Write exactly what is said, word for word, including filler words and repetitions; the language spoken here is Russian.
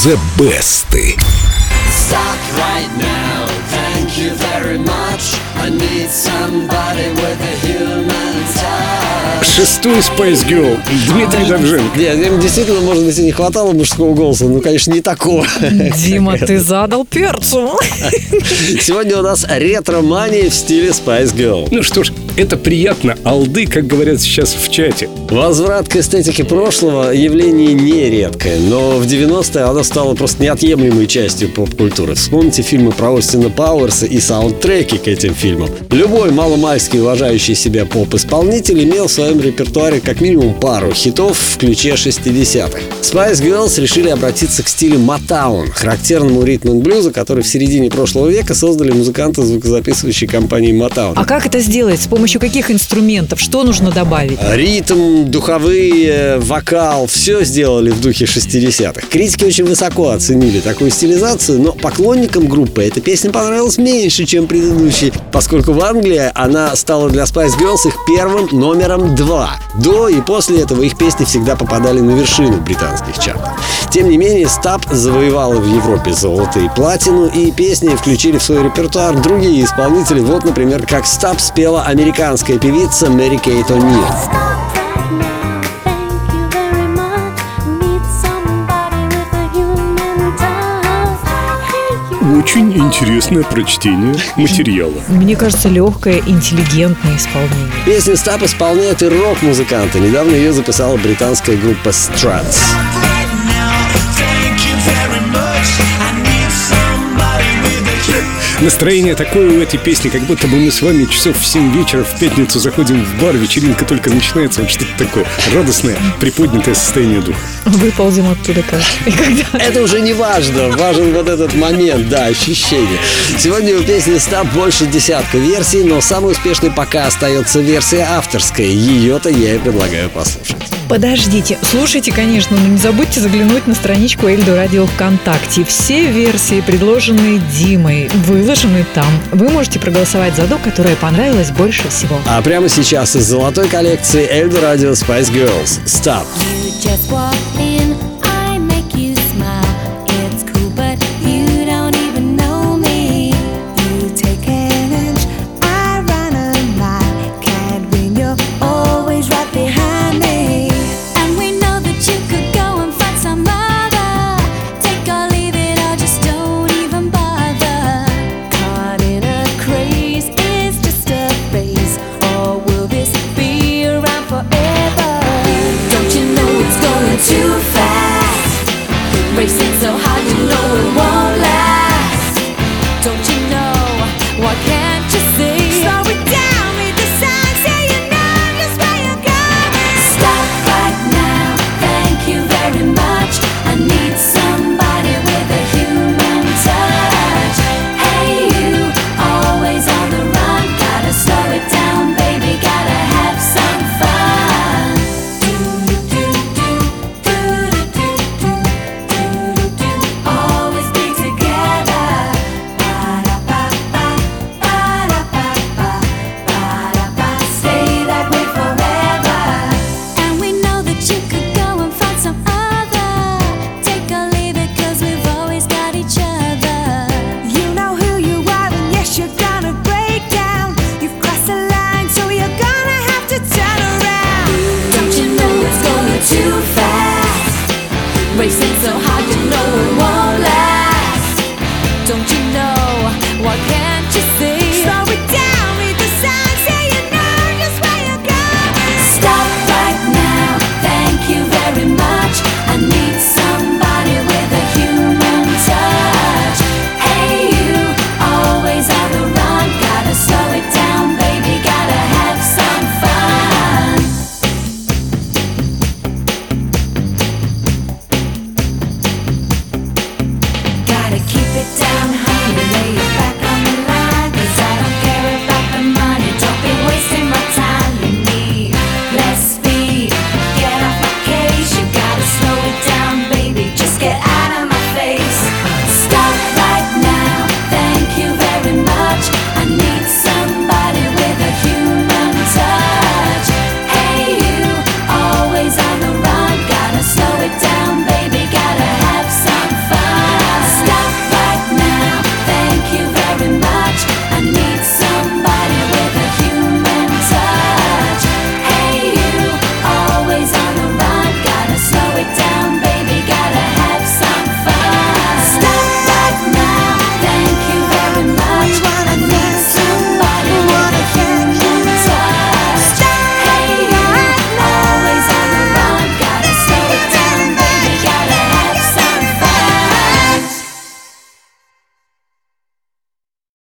The Best. Stop right now, thank you very much. I need somebody with a human touch. Шестой Spice Girl, Дмитрий Довженко. Нет, им действительно, может быть, и не хватало мужского голоса, но, конечно, не такого. Дима, ты задал перцу. Сегодня у нас ретро-мания в стиле Spice Girl. Ну что ж, это приятно, алды, как говорят сейчас в чате. Возврат к эстетике прошлого явление не редкое, но в девяностые оно стало просто неотъемлемой частью поп-культуры. Вспомните фильмы про Остина Пауэрса и саундтреки к этим фильмам. Любой маломальски уважающий себя поп-исполнитель имел в своем репертуаре как минимум пару хитов в ключе шестидесятых. Spice Girls решили обратиться к стилю Motown, характерному ритм-н-блюза, который в середине прошлого века создали музыканты звукозаписывающей компании Motown. А как это сделать? С помощью каких инструментов? Что нужно добавить? Ритм, духовые, вокал — все сделали в духе шестидесятых. Критики очень высоко оценили такую стилизацию, но поклонникам группы эта песня понравилась меньше, чем предыдущие, поскольку в Англии она стала для Spice Girls их первым номером два. До и после этого их песни всегда попадали на вершину британских чартов. Тем не менее, Stop завоевала в Европе золото и платину, и песни включили в свой репертуар другие исполнители. Вот, например, как Stop спела американская певица Мэри Кейт О'Нил. Очень интересное прочтение материала. Мне кажется, легкое, интеллигентное исполнение. Песню Stop исполняют и рок-музыканты. Недавно ее записала британская группа Struts. Настроение такое у этой песни, как будто бы мы с вами часов в семь вечера в пятницу заходим в бар, вечеринка только начинается, вот что-то такое радостное, приподнятое состояние духа. Выползем оттуда как? И когда? Это уже не важно, важен вот этот момент, да, ощущение. Сегодня у песни Stop больше десятка версий, но самой успешной пока остается версия авторская. Ее-то я и предлагаю послушать. Подождите, слушайте, конечно, но не забудьте заглянуть на страничку Эльдо Радио ВКонтакте. Все версии, предложенные Димой, выложены там. Вы можете проголосовать за ту, которая понравилась больше всего. А прямо сейчас из золотой коллекции Эльдо Радио Spice Girls Stop. Too fast, racing so hard you know it won't last. Don't you know, why can't you see? Slow it down, read the signs, so you know just where you're going. Stop right now, thank you very much. I need somebody with a human touch. Hey you, always on the run, gotta slow it down baby, gotta have some fun. Racing so hard